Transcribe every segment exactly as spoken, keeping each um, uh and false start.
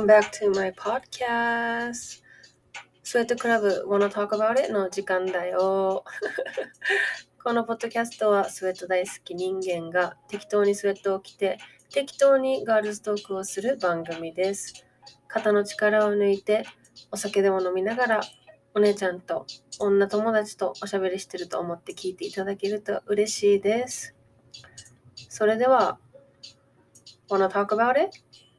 back to my podcast スウェットクラブ Wanna Talk About It の時間だよこのポッドキャストはスウェット大好き人間が適当にスウェットを着て適当にガールズトークをする番組です。肩の力を抜いてお酒でも飲みながらお姉ちゃんと女友達とおしゃべりしてると思って聞いていただけると嬉しいです。それでは Wanna talk about it?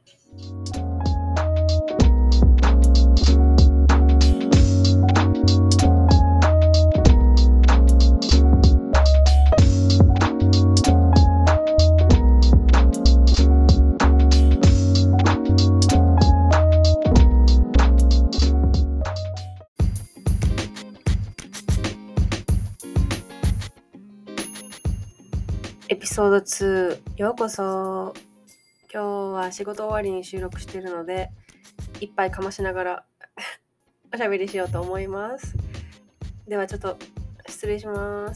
エピソードツーようこそ。今日は仕事終わりに収録しているのでいっぱいかましながらおしゃべりしようと思います。ではちょっと失礼します。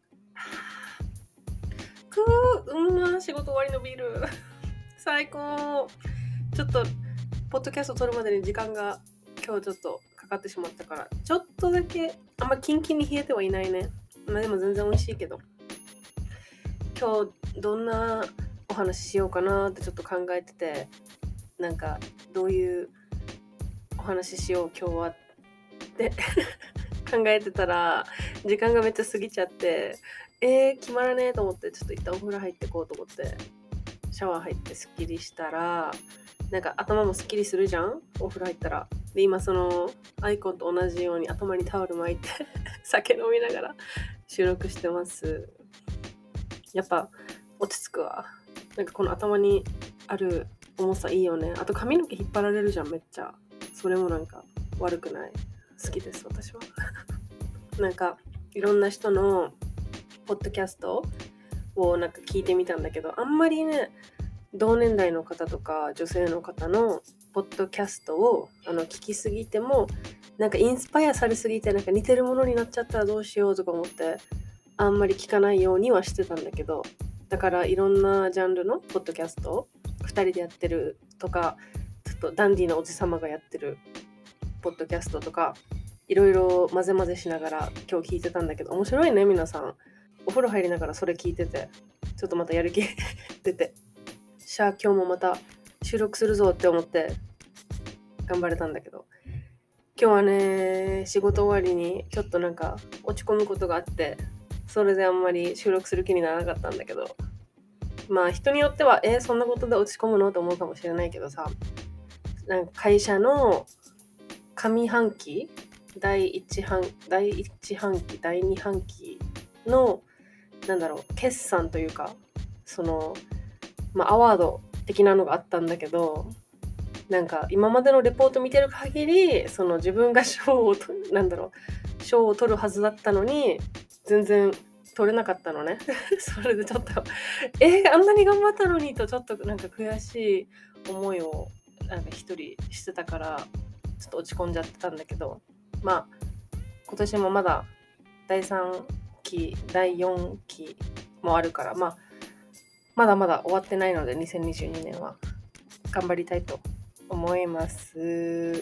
くーうんま仕事終わりのビール最高。ちょっとポッドキャスト撮るまでに時間が今日ちょっとかかってしまったからちょっとだけあんまキンキンに冷えてはいないね。まあでも全然美味しいけど今日どんなお話ししようかなってちょっと考えてて、なんかどういうお話ししよう今日はって考えてたら時間がめっちゃ過ぎちゃってえー決まらねえと思ってちょっと一旦お風呂入ってこうと思ってシャワー入ってスッキリしたらなんか頭もスッキリするじゃんお風呂入ったら。で今そのアイコンと同じように頭にタオル巻いて酒飲みながら収録してます。やっぱ落ち着くわ。なんかこの頭にある重さいいよね。あと髪の毛引っ張られるじゃんめっちゃ。それもなんか悪くない。好きです私は。なんかいろんな人のポッドキャストをなんか聞いてみたんだけど、あんまりね同年代の方とか女性の方のポッドキャストをあの聞きすぎてもなんかインスパイアされすぎてなんか似てるものになっちゃったらどうしようとか思って。あんまり聞かないようにはしてたんだけど、だからいろんなジャンルのポッドキャストふたりでやってるとかちょっとダンディーなおじさまがやってるポッドキャストとかいろいろ混ぜ混ぜしながら今日聞いてたんだけど面白いね皆さん。お風呂入りながらそれ聞いててちょっとまたやる気出てしゃあ今日もまた収録するぞって思って頑張れたんだけど今日はね仕事終わりにちょっとなんか落ち込むことがあってそれであんまり収録する気にならなかったんだけどまあ人によってはえー、そんなことで落ち込むのと思うかもしれないけどさなんか会社の上半期第一半第一半期第二半期のなんだろう決算というかそのまあアワード的なのがあったんだけどなんか今までのレポート見てる限りその自分が賞をとなんだろう賞を取るはずだったのに全然取れなかったのねそれでちょっとえー、あんなに頑張ったのにとちょっとなんか悔しい思いをなんか一人してたからちょっと落ち込んじゃってたんだけどまあ今年もまだだいさんきだいよんきもあるからまあまだまだ終わってないのでにせんにじゅうにねんは頑張りたいと思います。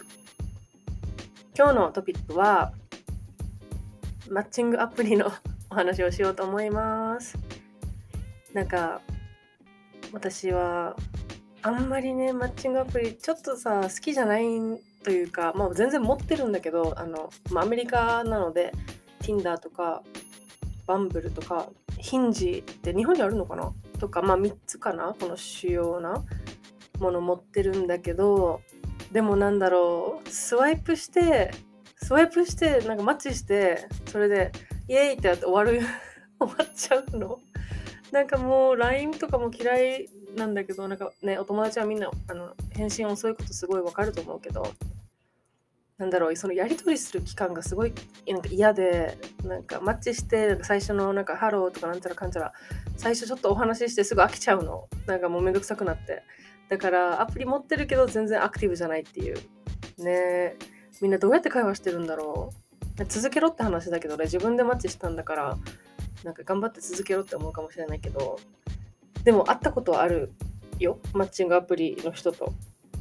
今日のトピックはマッチングアプリのお話をしようと思います。なんか私はあんまりねマッチングアプリちょっとさ好きじゃないというかまあ全然持ってるんだけどあの、まあ、アメリカなので Tinder とかバンブルとかヒンジって日本にあるのかなとかまあみっつかなこの主要なもの持ってるんだけどでもなんだろうスワイプしてスワイプしてなんかマッチしてそれでイエーイってやって終わる終わっちゃうのなんかもう ライン とかも嫌いなんだけどなんかねお友達はみんなあの返信遅いことすごいわかると思うけどなんだろうそのやり取りする期間がすごいなんか嫌でなんかマッチして最初のなんかハローとかなんちゃらかんちゃら最初ちょっとお話ししてすぐ飽きちゃうのなんかもうめんどくさくなってだからアプリ持ってるけど全然アクティブじゃないっていうねみんなどうやって会話してるんだろう続けろって話だけどね自分でマッチしたんだからなんか頑張って続けろって思うかもしれないけどでも会ったことはあるよマッチングアプリの人と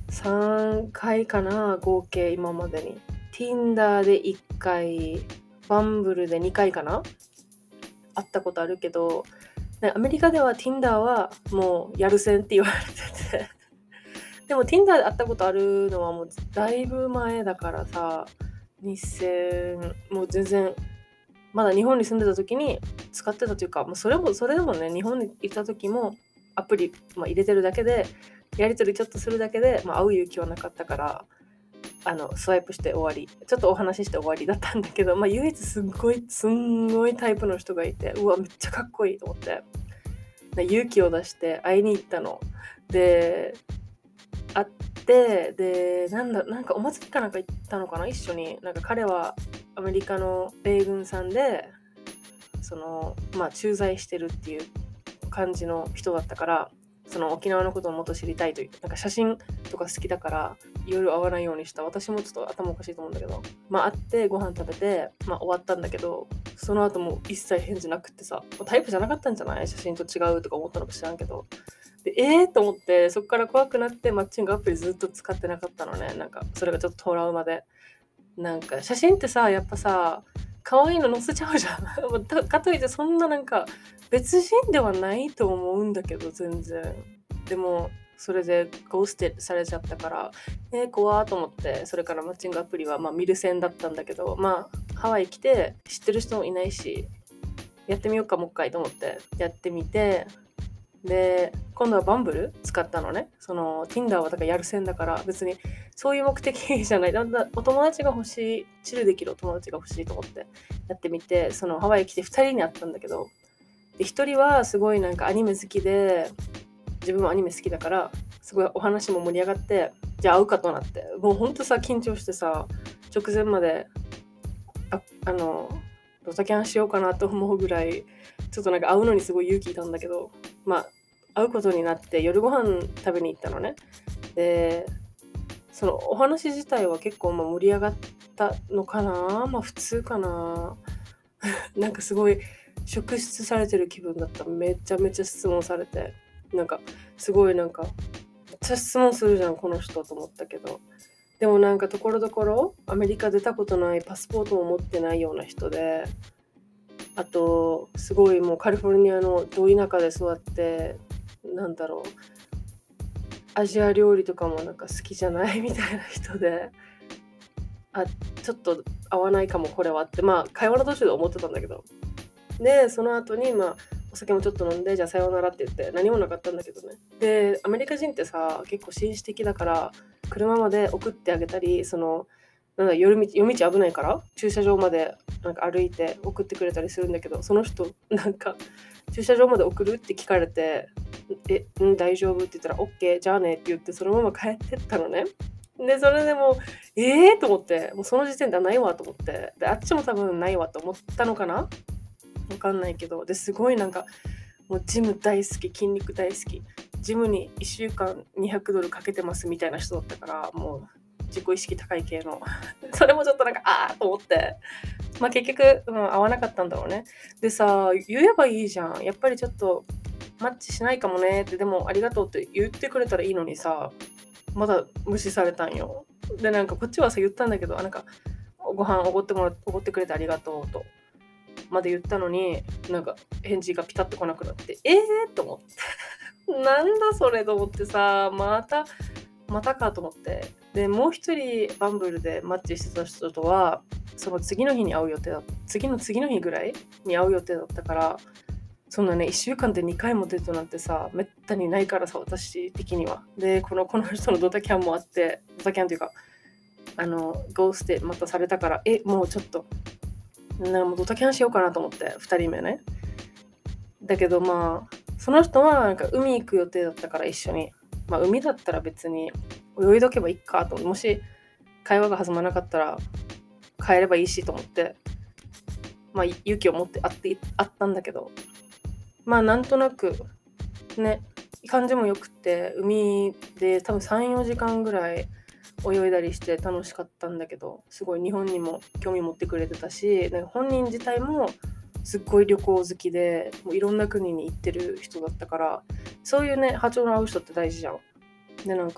さんかいかな、合計今までに。Tinder でいっかい、Bumble でにかいかな、会ったことあるけど、アメリカでは Tinder はもうやるせんって言われててでも Tinder で会ったことあるのはもうだいぶ前だからさ、にせんもう全然まだ日本に住んでた時に使ってたというか、もうそれもそれでもね、日本に行った時もアプリ、まあ、入れてるだけでやり取りちょっとするだけで、まあ、会う勇気はなかったから、あのスワイプして終わり、ちょっとお話しして終わりだったんだけど、まあ、唯一すんごいすんごいタイプの人がいて、うわめっちゃかっこいいと思って、勇気を出して会いに行ったので、会ってでなんだなんかお祭りかなんか行ったのかな、一緒に。なんか彼はアメリカの米軍さんでそのまあ駐在してるっていう感じの人だったから、その沖縄のことをもっと知りたいという、なんか写真とか好きだからいろいろ会わないようにした。私もちょっと頭おかしいと思うんだけど、まあ会ってご飯食べて、まあ終わったんだけど、その後も一切返事なくってさ、タイプじゃなかったんじゃない、写真と違うとか思ったのか知らんけど。でえーと思って、そこから怖くなってマッチングアプリずっと使ってなかったのね。なんかそれがちょっとトラウマで、なんか写真ってさ、やっぱさ可愛いの載せちゃうじゃんかといってそんななんか別人ではないと思うんだけど、全然。でもそれでゴーステされちゃったから、えー、怖ーと思って、それからマッチングアプリはまあ見る線だったんだけど、まあハワイ来て知ってる人もいないし、やってみようかもう一回と思ってやってみて、で今度はバンブル使ったのね。その Tinder はだからやる線だから、別にそういう目的じゃない、だんだんお友達が欲しい、チルできるお友達が欲しいと思ってやってみて、そのハワイ来てふたりに会ったんだけど、でひとりはすごいなんかアニメ好きで、自分もアニメ好きだからすごいお話も盛り上がって、じゃあ会うかとなって、もうほんとさ緊張してさ、直前までああのドタキャンしようかなと思うぐらい、ちょっとなんか会うのにすごい勇気いたんだけど、まあ会うことになって夜ご飯食べに行ったのね。でそのお話自体は結構まあ盛り上がったのかな、まあ普通かななんかすごい職質されてる気分だった。めちゃめちゃ質問されて、なんかすごいなんかめっちゃ質問するじゃんこの人と思ったけど、でもなんかところどころアメリカ出たことない、パスポートも持ってないような人で、あとすごいもうカリフォルニアのど田舎で育って、なんだろう、アジア料理とかもなんか好きじゃないみたいな人で、あちょっと合わないかもこれはって、まあ会話の途中で思ってたんだけど、でその後にまあお酒もちょっと飲んで、じゃあさようならって言って何もなかったんだけどね。でアメリカ人ってさ結構紳士的だから、車まで送ってあげたり、そのなんだ夜道夜道危ないから駐車場までなんか歩いて送ってくれたりするんだけど、その人なんか駐車場まで送るって聞かれて、え、うん大丈夫って言ったら OK じゃあねって言って、そのまま帰ってったのね。でそれでもうえーと思って、もうその時点ではないわと思って、であっちも多分ないわと思ったのかな、わかんないけど、ですごいなんかもうジム大好き、筋肉大好き、ジムにいっしゅうかんにひゃくドルかけてますみたいな人だったから、もう自己意識高い系のそれもちょっとなんかあーと思って、まあ結局、うん、合わなかったんだろうね。でさ、言えばいいじゃん、やっぱりちょっとマッチしないかもねって、でもありがとうって言ってくれたらいいのにさ、まだ無視されたんよ。でなんかこっちはさ言ったんだけど、なんかご飯おごってもらおごってくれてありがとうとまで言ったのに、なんか返事がピタッと来なくなって、えーと思ってなんだそれと思ってさ、またまたかと思って。でもう一人バンブルでマッチしてた人とはその次の日に会う予定だった、次の次の日ぐらいに会う予定だったから、そんなねいっしゅうかんでにかいもデートなんてさめったにないからさ、私的には。でこのこの人のドタキャンもあって、ドタキャンというかあのゴーステまたされたから、えもうちょっとなんかもうドタキャンしようかなと思って、ふたりめね。だけどまあその人はなんか海行く予定だったから一緒に、まあ海だったら別に泳いどけばいいかと、もし会話が弾まなかったら帰ればいいしと思って、まあ勇気を持って会って会ったんだけど、まあなんとなくね感じもよくって、海で多分さんよじかんぐらい泳いだりして楽しかったんだけど、すごい日本にも興味持ってくれてたし、なんか本人自体もすっごい旅行好きで、もういろんな国に行ってる人だったから、そういうね波長の合う人って大事じゃん。でなんか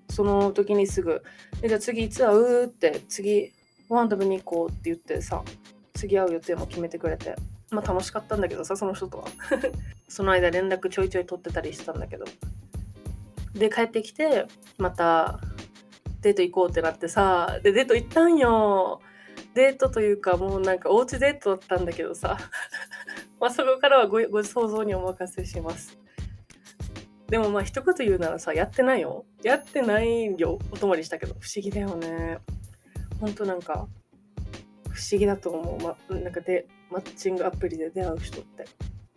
その時にすぐえじゃあ次いつ会うって次ご飯食べに行こうって言ってさ、次会う予定も決めてくれて、まあ楽しかったんだけどさ、その人とはその間連絡ちょいちょい取ってたりしたんだけど、で帰ってきてまたデート行こうってなってさ、でデート行ったんよ。デートというかもうなんかおうちデートだったんだけどさまあそこからは ご, ご想像にお任せします。でもまあ一言言うならさ、やってないよ。やってないよ。お泊まりしたけど不思議だよね。ほんとなんか不思議だと思う。ま、なんかでマッチングアプリで出会う人って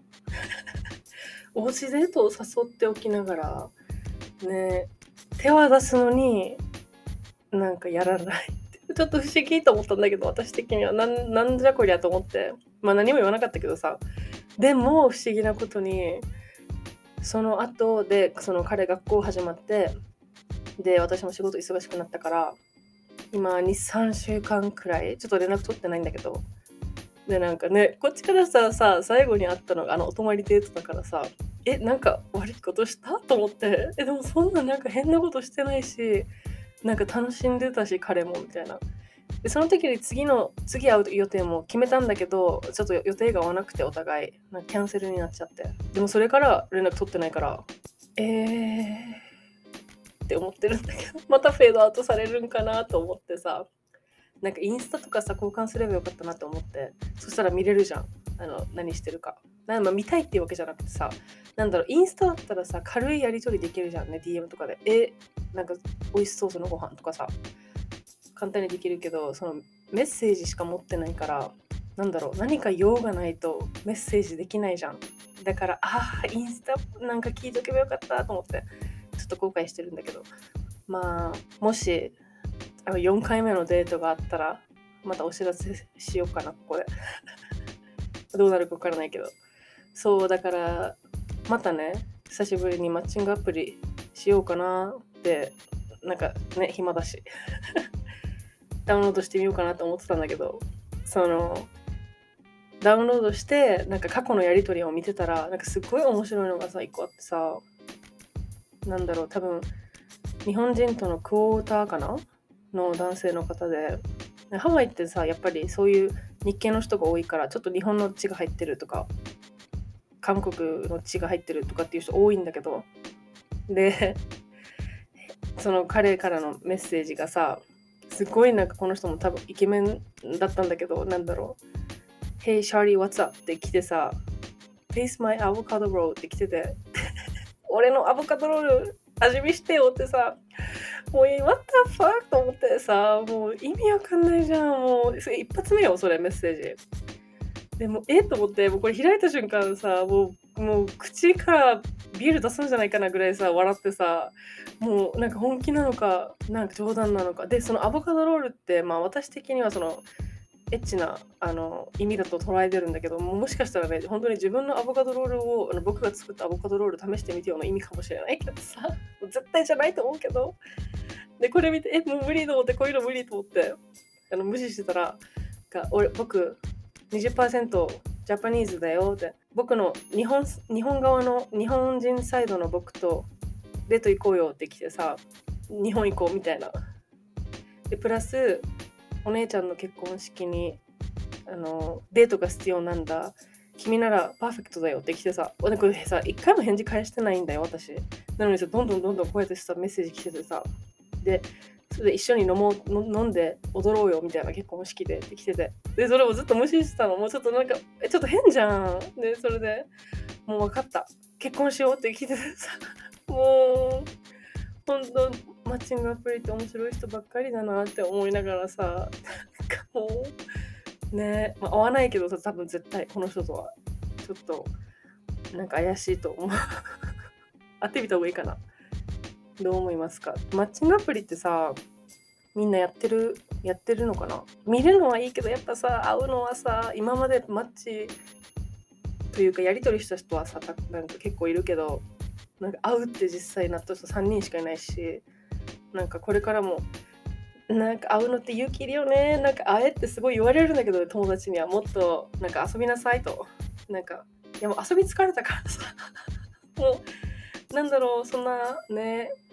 おうちデートを誘っておきながらね、手は出すのになんかやらないってちょっと不思議と思ったんだけど、私的にはなん、なんじゃこりゃと思って、まあ何も言わなかったけどさ、でも不思議なことにその後でその彼学校始まって、で私も仕事忙しくなったから今 に,さん 週間くらいちょっと連絡取ってないんだけど、でなんかね、こっちからささ最後に会ったのがあのお泊まりデートだからさ、えなんか悪いことしたと思って、えでもそんななんか変なことしてないし、なんか楽しんでたし彼もみたいな。でその時に次の次会う予定も決めたんだけど、ちょっと予定が合わなくてお互いなんかキャンセルになっちゃって、でもそれから連絡取ってないからえーって思ってるんだけど、またフェードアウトされるんかなと思ってさ、なんかインスタとかさ交換すればよかったなと思って、そしたら見れるじゃん、あの何してるか。なんかまあ見たいっていうわけじゃなくてさ、なんだろう、インスタだったらさ軽いやり取りできるじゃんね、 ディーエム とかで。えなんか美味しそうそのご飯とかさ簡単にできるけど、そのメッセージしか持ってないから、なんだろう、何か用がないとメッセージできないじゃん。だからあーインスタなんか聞いとけばよかったと思ってちょっと後悔してるんだけど、まあもしあのよんかいめのデートがあったらまたお知らせしようかな、ここでどうなるか分からないけど。そうだからまたね、久しぶりにマッチングアプリしようかなって、なんかね暇だしダウンロードしてみようかなと思ってたんだけど、そのダウンロードしてなんか過去のやり取りを見てたら、なんかすっごい面白いのがさ一個あってさ、なんだろう、多分日本人とのクォーターかなの男性の方で、ハワイってさやっぱりそういう日系の人が多いから、ちょっと日本の血が入ってるとか韓国の血が入ってるとかっていう人多いんだけど、でその彼からのメッセージがさ、すごいなんかこの人も多分イケメンだったんだけど、なんだろう、Hey Charlie what's up って来てさ、Taste my avocado roll って来てて俺のアボカドロール味見してよってさ、もう What the fuck と思ってさ、もう意味わかんないじゃん。もうそれ一発目よそれメッセージでもえと思って、もうこれ開いた瞬間さ、もうもう口からビール出すんじゃないかなぐらいさ笑ってさ、もうなんか本気なのかなんか冗談なのかで、そのアボカドロールってまあ私的にはそのエッチなあの意味だと捉えてるんだけども、もしかしたらね本当に自分のアボカドロールをあの僕が作ったアボカドロール試してみてよの意味かもしれないけどさ、絶対じゃないと思うけど、でこれ見てえもう無理と思って、こういうの無理と思ってあの無視してたら、が俺僕 にじゅっパーセント ジャパニーズだよって、僕の日本日本側の日本人サイドの僕とデート行こうよって来てさ、日本行こうみたいな。でプラスお姉ちゃんの結婚式にあのデートが必要なんだ、君ならパーフェクトだよって来てさ、これさ一回も返事返してないんだよ私なのにさ、どんどんどんどんこうやってさメッセージ来ててさ、でそれで一緒に飲もうの飲んで踊ろうよみたいな結婚式でって来てて、でそれをずっと無視してたの。もうちょっとなんかえちょっと変じゃん。でそれでもう分かった結婚しようって聞いててさ、もうほんとマッチングアプリって面白い人ばっかりだなって思いながらさ、なんかもうね、まあ、合わないけどさ多分絶対この人とはちょっとなんか怪しいと思う会ってみた方がいいかな。どう思いますか？マッチングアプリってさみんなやってるやってるのかな。見るのはいいけどやっぱさ会うのはさ、今までマッチというかやり取りした人はさなんか結構いるけど、なんか会うって実際なった人さんにんしかいないし、なんかこれからもなんか会うのって勇気いるよね。なんか会えってすごい言われるんだけど、友達にはもっとなんか遊びなさいと。なんかいやもう遊び疲れたからさもうなんだろう、そんなね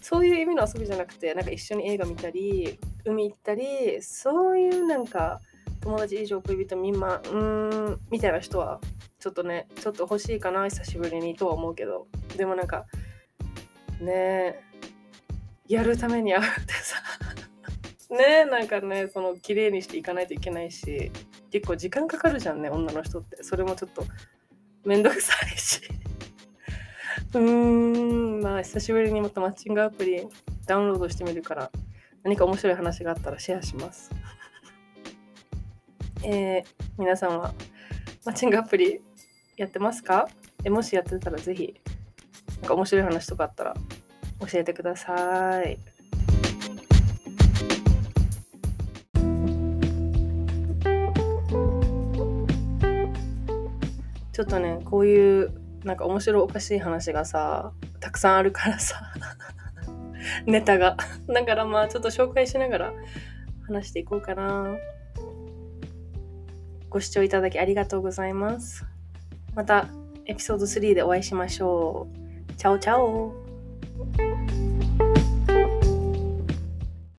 そういう意味の遊びじゃなくて、なんか一緒に映画見たり海行ったり、そういうなんか友達以上恋人みんなうーんみたいな人はちょっとねちょっと欲しいかな久しぶりにとは思うけど、でもなんかねやるために会うってさねなんかねその綺麗にしていかないといけないし、結構時間かかるじゃんね女の人って。それもちょっとめんどくさいしうーんまあ久しぶりにまたマッチングアプリダウンロードしてみるから、何か面白い話があったらシェアしますえー、皆さんはマッチングアプリやってますか？えもしやってたらぜひなんか面白い話とかあったら教えてください。ちょっとねこういうなんか面白おかしい話がさたくさんあるからさネタがだからまあちょっと紹介しながら話していこうかな。ご視聴いただきありがとうございます。またエピソードスリーでお会いしましょう。チャオチャオ。